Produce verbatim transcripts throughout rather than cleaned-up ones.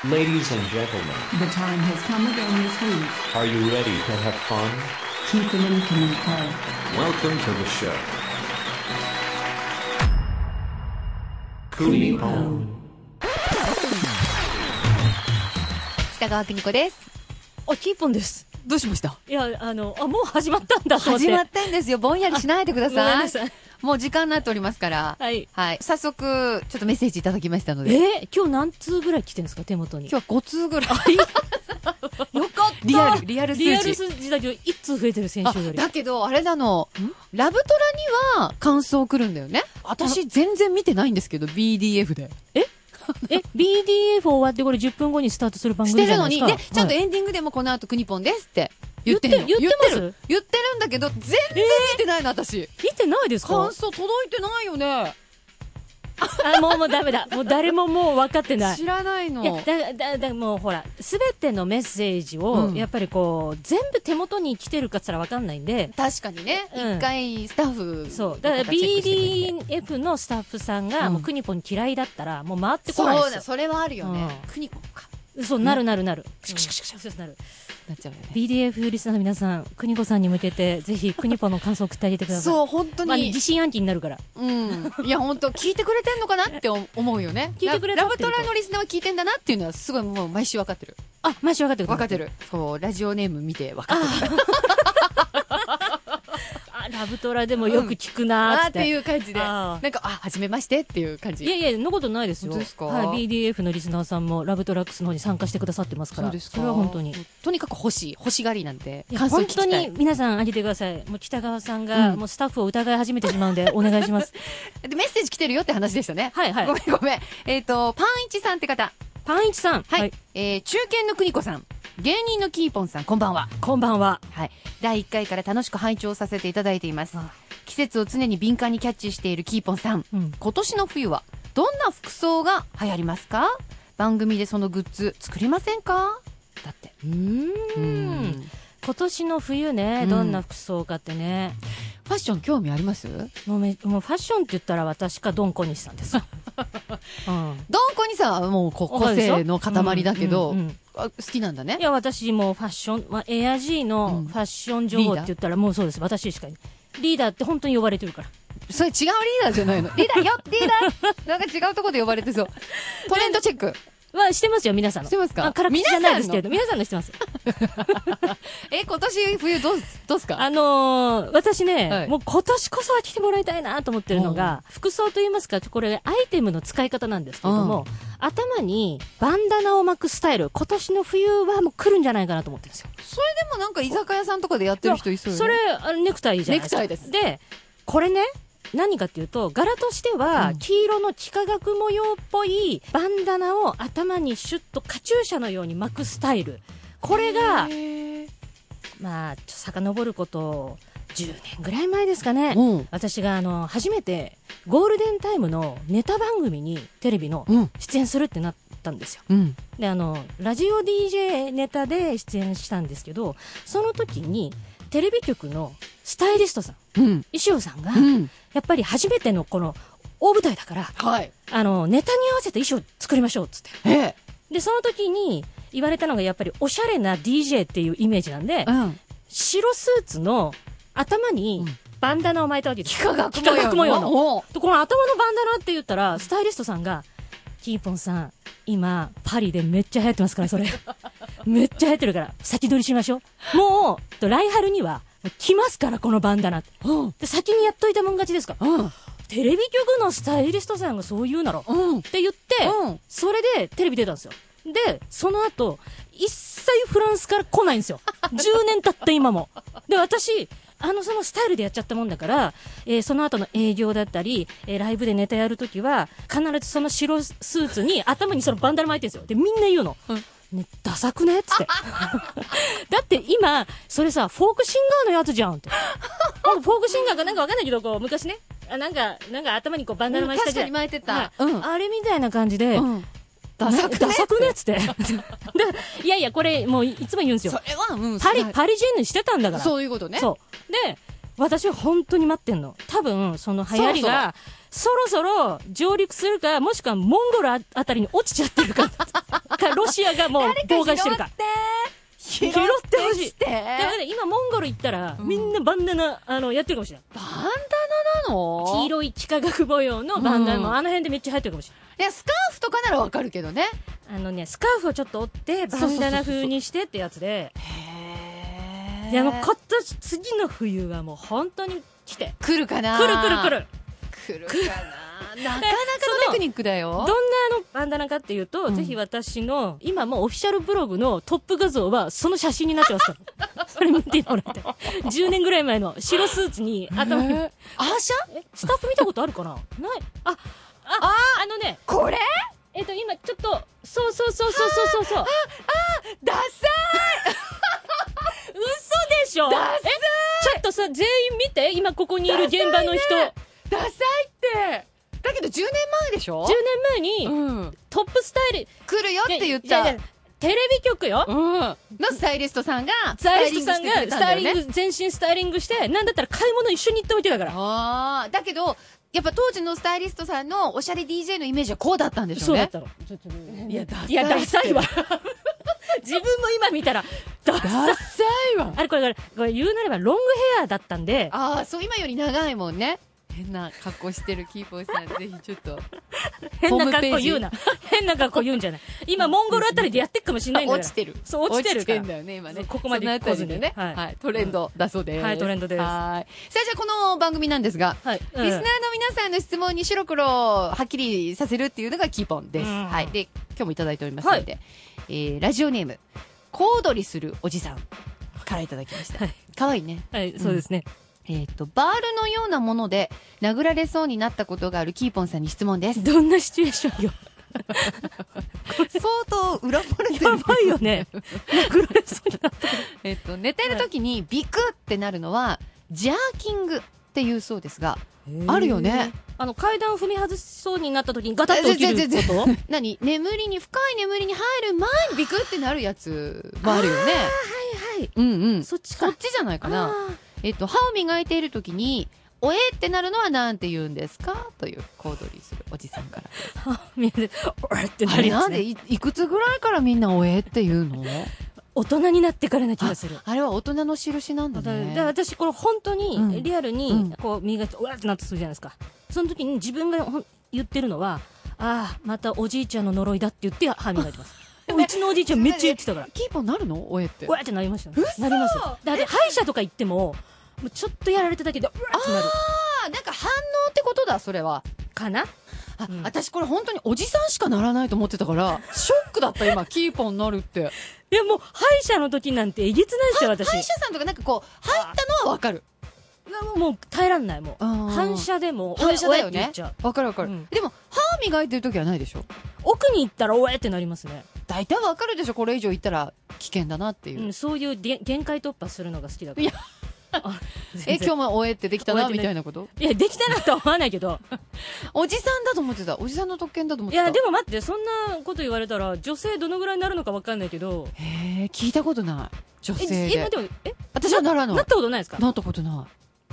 Ladies and gentlemen, The time has come again this week. are you ready to have fun? Keep them in Kinko. Welcome to the show. Kunipon. 北川邦子です。 あ、キーポンです。 どうしました？ いや、あの、あ、もう始まったんだと思って。 始まったんですよ。ぼんやりしないでくだごめんさ。 ないさい。 もう時間になっておりますから。 はい。 はい。早速、ちょっとメッセージいただきましたので。 えー、今日何通ぐらい来てるんですか、手元に。 今日はご通ぐらい。 よかったリアル、リアル数字。 リアル数字だけど、いち通増えてる先週より。 だけど、あれなの、ラブトラには感想来るんだよね。私、全然見てないんですけど、ビーディーエフ で。 ええ、ビーディーエフ 終わってこれじゅっぷんごにスタートする番組じゃないですか。 してるのに、で、ちゃんとはいエンディングでもこの後クニポンですって言ってんの。 言って言ってまする言ってるんだけど、全然見てないの、私。 見てないですか？ 感想届いてないよね。 あ、もうもうダメだ。もう誰ももう分かってない。 知らないの。 いや、だ、だ、だ、もうほら、すべてのメッセージを、 うんやっぱりこう、全部手元に来てるかって言ったら分かんないんで、 確かにね、 うん一回スタッフそう。だから ビーディーエフ のスタッフさんが、 うんもうクニポン嫌いだったら、もう回ってこないですよ。 そうだ、それはあるよね。 うんクニポンか。 そう、なるなるなる。 クシクシクシクシうんそうなる。 なっちゃうよね。 ビーディーエフ リスナーの皆さん、クニコさんに向けて、ぜひ、クニポンの感想を送ってあげてください。 そう、本当まあ、 に。 疑心暗鬼になるから。 うん。いや、本当聞いてくれてんのかなって思うよね。 聞いてくれたラっていうとラブトラのリスナーは聞いてんだなっていうのは、すごいもう毎週分かってる。 あ、毎週分かってる。 分かってる。そう、ラジオネーム見て分かってる。 あ、ラブトラでもよく聞くなーっ。 あーってていう感じで。 あーなんか、あ、はじめましてっていう感じ。 いやいや、そんなことないですよ。 本当ですかはい、ビーディーエフ のリスナーさんもラブトラックスの方に参加してくださってますから。 そうですか。 それは本当に。 とにかく欲しい。欲しがりなんで。 いや感想本当聞きたいに皆さんあげてください。もう北川さんが、 うんもうスタッフを疑い始めてしまうんで、お願いします。 で、メッセージ来てるよって話でしたね。 はいはいごめんごめん。えっと、パンイチさんって方。 パンイチさん。 はい。えー、中堅の邦子さん。芸人のキーポンさん、こんばんは。 こんばんは。 はい。だいいっかいから楽しく拝聴させていただいていますあ。 季節を常に敏感にキャッチしているキーポンさん。 うん。 今年の冬は、どんな服装が流行りますか？番組でそのグッズ作りませんか？だって。 うーん。今年の冬ね、 うんどんな服装かってね。 ファッション興味あります？ もうめ、もうファッションって言ったら私かドン小西さんですよ。うん。 どんこにさ、もうこ個わかるでしょ性の塊だけど、 うんうんうんあ好きなんだねい。や、私もファッション、まあ、エアジーのファッション女王って言ったらもうそうです。私しかいない。リーダーって本当に呼ばれてるから。 それ違うリーダーじゃないの。リーダーよリーダーなんか違うとこで呼ばれてそう。トレンドチェック。 まあ、してますよ、皆さんの。 してますかあ、から口じゃないですけれど、皆さんのしてます。 え、今年冬どうす、どうすか？ あのー、私ね、 はいもう今年こそは来てもらいたいなと思ってるのが、服装といいますか、これアイテムの使い方なんですけれども、頭にバンダナを巻くスタイル、今年の冬はもう来るんじゃないかなと思ってるんですよ。 それでもなんか居酒屋さんとかでやってる人いそうよね。 それ、あのネクタイじゃないですか。 ネクタイですで、これね、何かっていうと、柄としては、 うん黄色の幾何学模様っぽいバンダナを頭にシュッとカチューシャのように巻くスタイル。これが、 へーまあ、ちょっと遡ることじゅうねんぐらい前ですかね。 うん私があの、初めてゴールデンタイムのネタ番組にテレビのうん。 出演するってなったんですよ。 うん。 で、あの、ラジオ ディージェー ネタで出演したんですけど、その時にテレビ局のスタイリストさん、 うん。 石尾さんが、 うん。 やっぱり初めてのこの大舞台だから、 はい。 あの、ネタに合わせた衣装作りましょうっつって。 えで、その時に言われたのがやっぱりおしゃれな ディージェー っていうイメージなんで、 うん。 白スーツの頭にバンダナを巻いたわけです。 幾何学幾何学模様の。 おでこの頭のバンダナって言ったら、スタイリストさんが、キーポンさん、今、パリでめっちゃ流行ってますから、それ。めっちゃ流行ってるから、先取りしましょう。もう、と来春には、来ますから、このバンダナ。 うん。 で、先にやっといたもん勝ちですから。 うん。 テレビ局のスタイリストさんがそう言うなら、 うん。 って言って、 うんそれでテレビ出たんですよ。で、その後、一切フランスから来ないんですよ。じゅうねん経って今も。で、私、あの、そのスタイルでやっちゃったもんだから、えーその後の営業だったり、えーライブでネタやるときは、必ずその白スーツに頭にそのバンダナ巻いてるんですよ。で、みんな言うの。 うんね、ダサくねっつって。だって今、それさ、フォークシンガーのやつじゃんって。なんかフォークシンガーかなんかわかんないけど、こう、昔ね、あなんか、なんか頭にこうバンダナ巻いてたじゃん。 うん確かに巻いてたはいうんあれみたいな感じで、 うん。ダサくねダサくねっつって。でいやいや、これ、もういつも言うんですよそ。れは、うん。 パリ、 はいパリジェンヌしてたんだから。 そういうことね。 そう。で、私は本当に待ってんの。多分、その流行りが、そろそろ上陸するか、もしくはモンゴルああたりに落ちちゃってるか。 かロシアがもう妨害してるか。拾ってほしい。 て。 でもね、今モンゴル行ったら、みんなバンダナ、あの、やってるかもしれない。 バンダナなの？ 黄色い幾何学模様のバンダナも、あの辺でめっちゃ流行ってるかもしれない。 いや、スカーフとかならわかるけどね。 あのね、スカーフをちょっと折って、バンダナ風にしてってやつで。 へいや、もう今年、次の冬はもう本当に来て。 来るかな？ 来る来る来る。 来るかな？なかなかのテクニックだよ。 どんなあのバンダナかっていうと、うん、ぜひ私の、今もうオフィシャルブログのトップ画像はその写真になってますから。それ見てもらって。じゅうねんぐらい前の白スーツに頭に。 アーシャ？ え、スタッフ見たことあるかな？ない。あ、あ、あ、あのね。 これ？ えっと、今ちょっと、そうそうそうそうそうそうそう。あ、あ、 ダサい嘘でしょ？ ダサい。 え、ちょっとさ、全員見て、今ここにいる現場の人。 ダサいって。だけどじゅうねんまえでしょ？ じゅうねんまえに、うん、トップスタイル来るよって言った。 テレビ局よ、 うん、のスタイリストさんがスタイリストさんがスタイリング、全身スタイリングして、なんだったら買い物一緒に行っておいてだから。 ああ、だけどやっぱ当時のスタイリストさんのおしゃれ ディージェー のイメージはこうだったんでしょうね。 そうだったの。ちょっといやダサい。いやダサいわ。自分も今見たらダサいわ。 あれこれこれこれ言うなればロングヘアだったんで。 ああ、そう今より長いもんね。変な格好してるキーポンさん、ぜひちょっと。 変な格好言うな。変な格好言うんじゃない。今、モンゴルあたりでやってっかもしれないんだから。 落ちてる。 そう、落ちてるから。 落ちてんだよね、今ね。 ここまで行こずにね。 はい。トレンドだそうです。 はい、トレンドです。 はい。さあ、じゃあこの番組なんですが、リスナーの皆さんの質問に白黒はっきりさせるっていうのがキーポンです。はい。で、今日もいただいておりますので、えラジオネーム、小躍りするおじさんからいただきました。かわいいね。 はい、そうですね。 えっと、バールのようなもので殴られそうになったことがあるキーポンさんに質問です。 どんなシチュエーションよ。 相当裏漏れてる。 やばいよね。殴られそうになった。 えっと、寝てる時にビクってなるのは、ジャーキングっていうそうですが、あるよね。 あの、階段を踏み外しそうになった時にガタッと起きること？ 何？眠りに、深い眠りに入る前にビクってなるやつもあるよね。 はいはい。 うんうん。 そっちか。 そっちじゃないかな。えっと、歯を磨いているときに、おえってなるのはなんて言うんですかという小躍りするおじさんからです。 歯みんなで、おえってなるやつ、ね。 あれなんでい、いくつぐらいからみんなおえって言うの？ 大人になってからな気がする。 あ, あれは大人の印なんだね。 で私、これ本当に、リアルに、こう、磨いて、おえってなってするじゃないですか。その時に自分が言ってるのは、ああ、またおじいちゃんの呪いだって言って歯磨いてます。うちのおじいちゃんめっちゃ言ってたから。 キーポンなるの？おえって。 おえってなりましたね。なりますよ。だって歯医者とか行っても、もうちょっとやられただけで、うわってなる。 ああ、なんか反応ってことだ、それは。 かな？ あ、うん、私これ本当におじさんしかならないと思ってたから、ショックだった今、キーポンなるって。 いやもう、歯医者の時なんてえげつないですよ、私。 歯医者さんとかなんかこう、入ったのはわかる。 もう耐えらんない、もう。反射でも、 反射だよね。わかるわかる、うん。でも、歯磨いてる時はないでしょ？ 奥に行ったらおえってなりますね。 大体わかるでしょ、これ以上行ったら危険だなっていう。 うん、そういうで限界突破するのが好きだから。いやえ、今日もおえってできたなみたいなこと？ いや、できたなとは思わないけど。 おじさんだと思ってた。おじさんの特権だと思ってた。 いや、でも待って、そんなこと言われたら、女性どのぐらいになるのかわかんないけど。 へえ、聞いたことない。女性で。 え、今でも、え私はならない。 なったことないですか？ なったことない。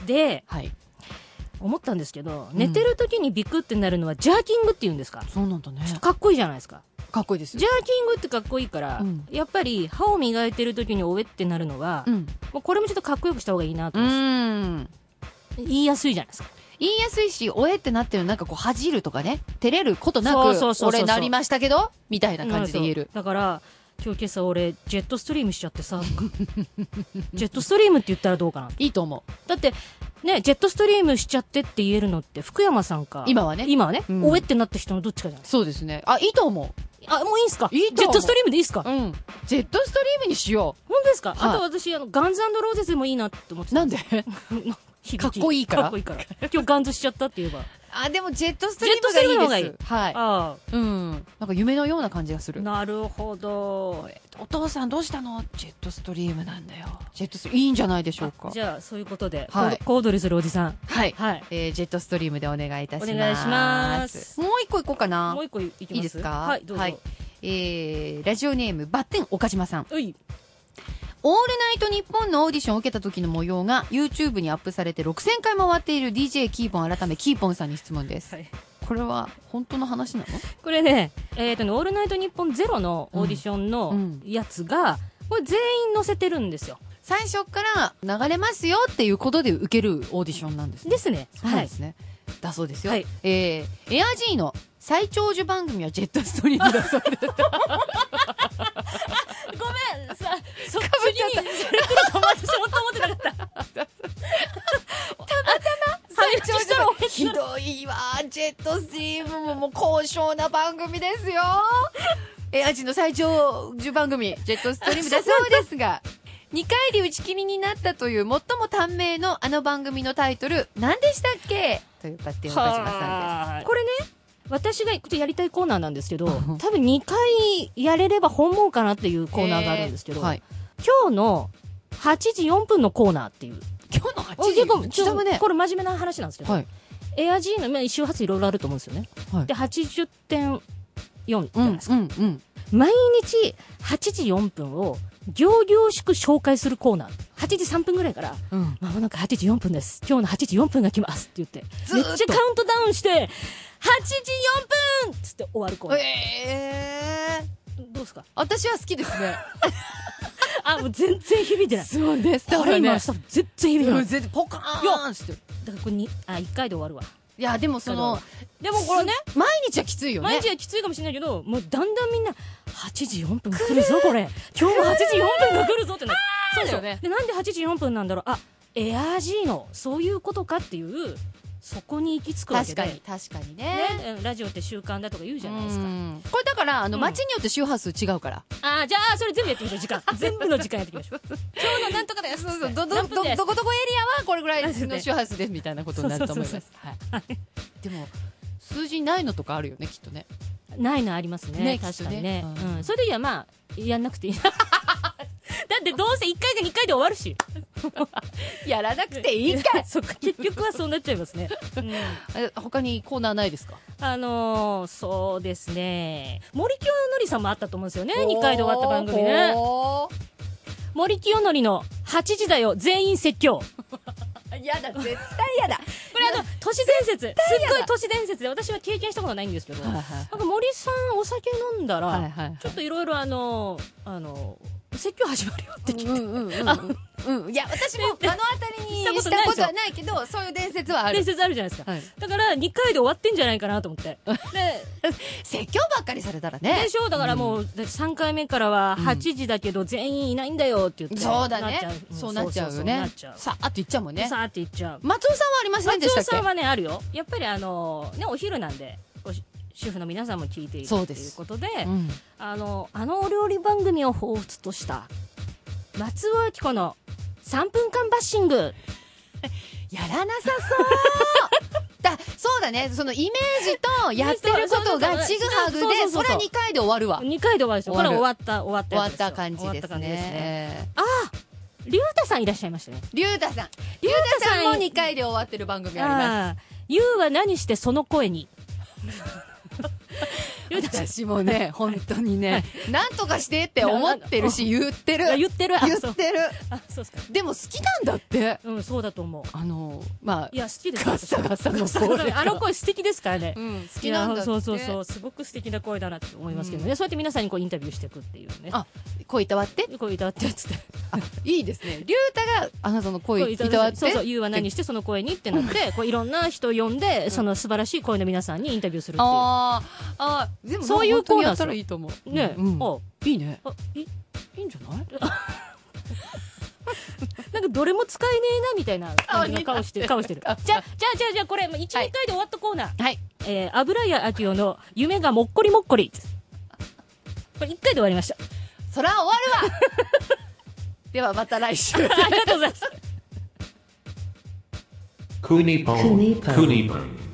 で、 はい。 思ったんですけど、寝てる時にビクってなるのはジャーキングって言うんですか？ そうなんだね。 ちょっとかっこいいじゃないですか。 かっこいいです。 ジャーキングってかっこいいから、うん、やっぱり歯を磨いてる時におえってなるのは、うん、もうこれもちょっとかっこよくした方がいいなと思います。言いやすいじゃないですか。 言いやすいし、おえってなってるなんかこう恥じるとかね、照れることなく、そう俺なりましたけどみたいな感じで言える。 だから今日今朝俺ジェットストリームしちゃってさジェットストリームって言ったらどうかな。 いいと思う。 だってね、ジェットストリームしちゃってって言えるのって福山さんか今はね今はね、うん、おえってなった人のどっちかじゃない。 そうですね。あ、いいと思う。 あ、もういいんすか？ いいと思う。 ジェットストリームでいいっすか？ うん。ジェットストリームにしよう。 本当ですか？あと私あのガンズ&ローゼスでもいいなって思ってた。 なんで？かっこいいから。 かっこいいから。今日ガンズしちゃったって言えば。 あ、でもジェットストリームがいいです。ジェットストリームの方がいい。はい。 ああ。 うん。なんか夢のような感じがする。 なるほど。 お父さんどうしたの？ジェットストリームなんだよ。ジェットストリームいいんじゃないでしょうか。 じゃあそういうことで、 はい、 小躍りするおじさん。 はい。はい。えー、ジェットストリームでお願いいたします。 お願いします。 もう一個いこうかな。 もう一個いきます。 いいですか？ はい、どうぞ。はい。 えー、ラジオネームバッテン岡島さん。 うい。 オールナイトニッポンのオーディションを受けた時の模様が YouTube にアップされてろくせんかい回っている ディージェー キーポン改めキーポンさんに質問です。はい、ここれは本当の話なの？ これね、えっとね、オールナイトニッポンゼロのオーディションのやつが、これ全員載せてるんですよ。 最初から流れますよっていうことで受けるオーディションなんですね。 ですね。 そうなんですね。だそうですよ。 はい。 えー、エアジーの最長寿番組はジェットストリームだそうです。 ごめんさ、そっちにそれ来ると私もと思ってなかった。たまたま最長寿番組ひどいわ。ジェットストリームももう高尚な番組ですよ。エアジーの最長寿番組ジェットストリームだそうですが、にかいで打ち切りになったという最も短命のあの番組のタイトル何でしたっけというパッティン岡島さんです。 これね、私がやりたいコーナーなんですけど、多分にかいやれれば本望かなっていうコーナーがあるんですけど、はい、今日のはちじよんぷんのコーナーっていう。 今日のはちじ結構、ね、これ真面目な話なんですけど、はい、エアジーの、まあ、周波数いろいろあると思うんですよね。はい、で、はちじゅってんよんじゃないですか。うんうんうん、毎日はちじよんぷんを行々しく紹介するコーナー。はちじさんぷんぐらいから、うん、まもなくはちじよんぷんです。今日のはちじよんぷんが来ますって言って、めっちゃカウントダウンして、はちじよんぷんっつって終わるコーナー。 えー、どうですか？ 私は好きですね。 あ、もう全然響いてない。 そうです。だからね、全然響いてない。 全然ポカーンして。 だからこれに、あ、いっかいで終わるわ。 いや、でもその、 でもこれね、 毎日はきついよね。 毎日はきついかもしれないけど、もうだんだんみんな、はちじよんぷん来るぞ、これ。今日もはちじよんぷんが来るぞってなって。そうですよね。で、なんではちじよんぷんなんだろう。あ、エアージーの、そういうことかっていう、そこに行き着くわけで。 確かに、確かにね。 ね、ラジオって習慣だとか言うじゃないですか。 これだから、あの、街によって周波数違うから。 あ、じゃあ、それ全部やってみましょう、時間。全部の時間やってみましょう。今日のなんとかだよ。そうそう、ど、ど、ど、どこどこエリアはこれぐらいの周波数ですみたいなことになると思います。はい。でも、数字ないのとかあるよね、きっとね。ないのありますね。確かにね。うん。それでいや、まあ、やんなくていい。だってどうせいっかいかにかいで終わるし。 やらなくていいかい。 そっか、結局はそうなっちゃいますね。うん、 他にコーナーないですか？ あのー、そうですね。森清則さんもあったと思うんですよね。にかいで終わった番組ね。森清則のはちじだよ、全員説教。 やだ、絶対やだ。 これあの、都市伝説。すっごい都市伝説で、私は経験したことないんですけど、なんか森さんお酒飲んだら、ちょっといろいろあの、あの、説教始まるよって聞いて。うんうんうんうん。いや、私も目の当たりにしたことはないけど、そういう伝説はある。 伝説あるじゃないですか。だからにかいで終わってんじゃないかなと思って。で、 説教ばっかりされたらね。 でしょ？だからもう、さんかいめからははちじだけど全員いないんだよって言って。 そうだね。そうなっちゃうよね。さあって言っちゃうもんね。 さあって言っちゃう。 松尾さんはありませんでしたっけ？ 松尾さんはね、あるよ。やっぱりあの、ね、お昼なんで、主婦の皆さんも聞いているということで、あの、あのお料理番組を彷彿とした、松尾明子のさんぷんかんバッシング。 やらなさそうだ、そうだね。そのイメージとやってることがちぐはぐで、それはにかいで終わるわ。 にかいで終わるでしょ。これ終わった、終わったやつですよ。終わった感じですね。 ああ、龍太さんいらっしゃいましたね。 龍太さん。龍太さんもにかいで終わってる番組あります。 ゆうは何してその声に。 私もね、本当にね、なんとかしてって思ってるし、言ってる。 言ってる。 言ってる。 あ、そうですか。 でも好きなんだって。 うん、そうだと思う。 あの、まあ、 いや、好きです。 ガッサガサの声。 あの声素敵ですからね。 うん、好きなんだって。 そうそうそう、すごく素敵な声だなって思いますけどね。そうやって皆さんにこうインタビューしていくっていうね。 あ、声いたわって声いたわってつって。 あ、いいですね。龍太があなたの声いたわって。 そうそう、ゆうは何してその声にってなって、こういろんな人呼んで、その素晴らしい声の皆さんにインタビューするっていう。 ああ、でもそういうコーナーやったらいいと思う。 ね、 あ、いいね。 あ、いい、 いいんじゃない？ なんかどれも使えねえなみたいな感じの顔してる、顔してる。じゃあ、じゃあ、じゃあ、じゃあ、これ、いち、にかいで終わったコーナー。 はい。 えー、油屋明夫の夢がもっこりもっこり。これいっかいで終わりました。 そら終わるわではまた来週。 ありがとうございます。 クニポン。クニポン。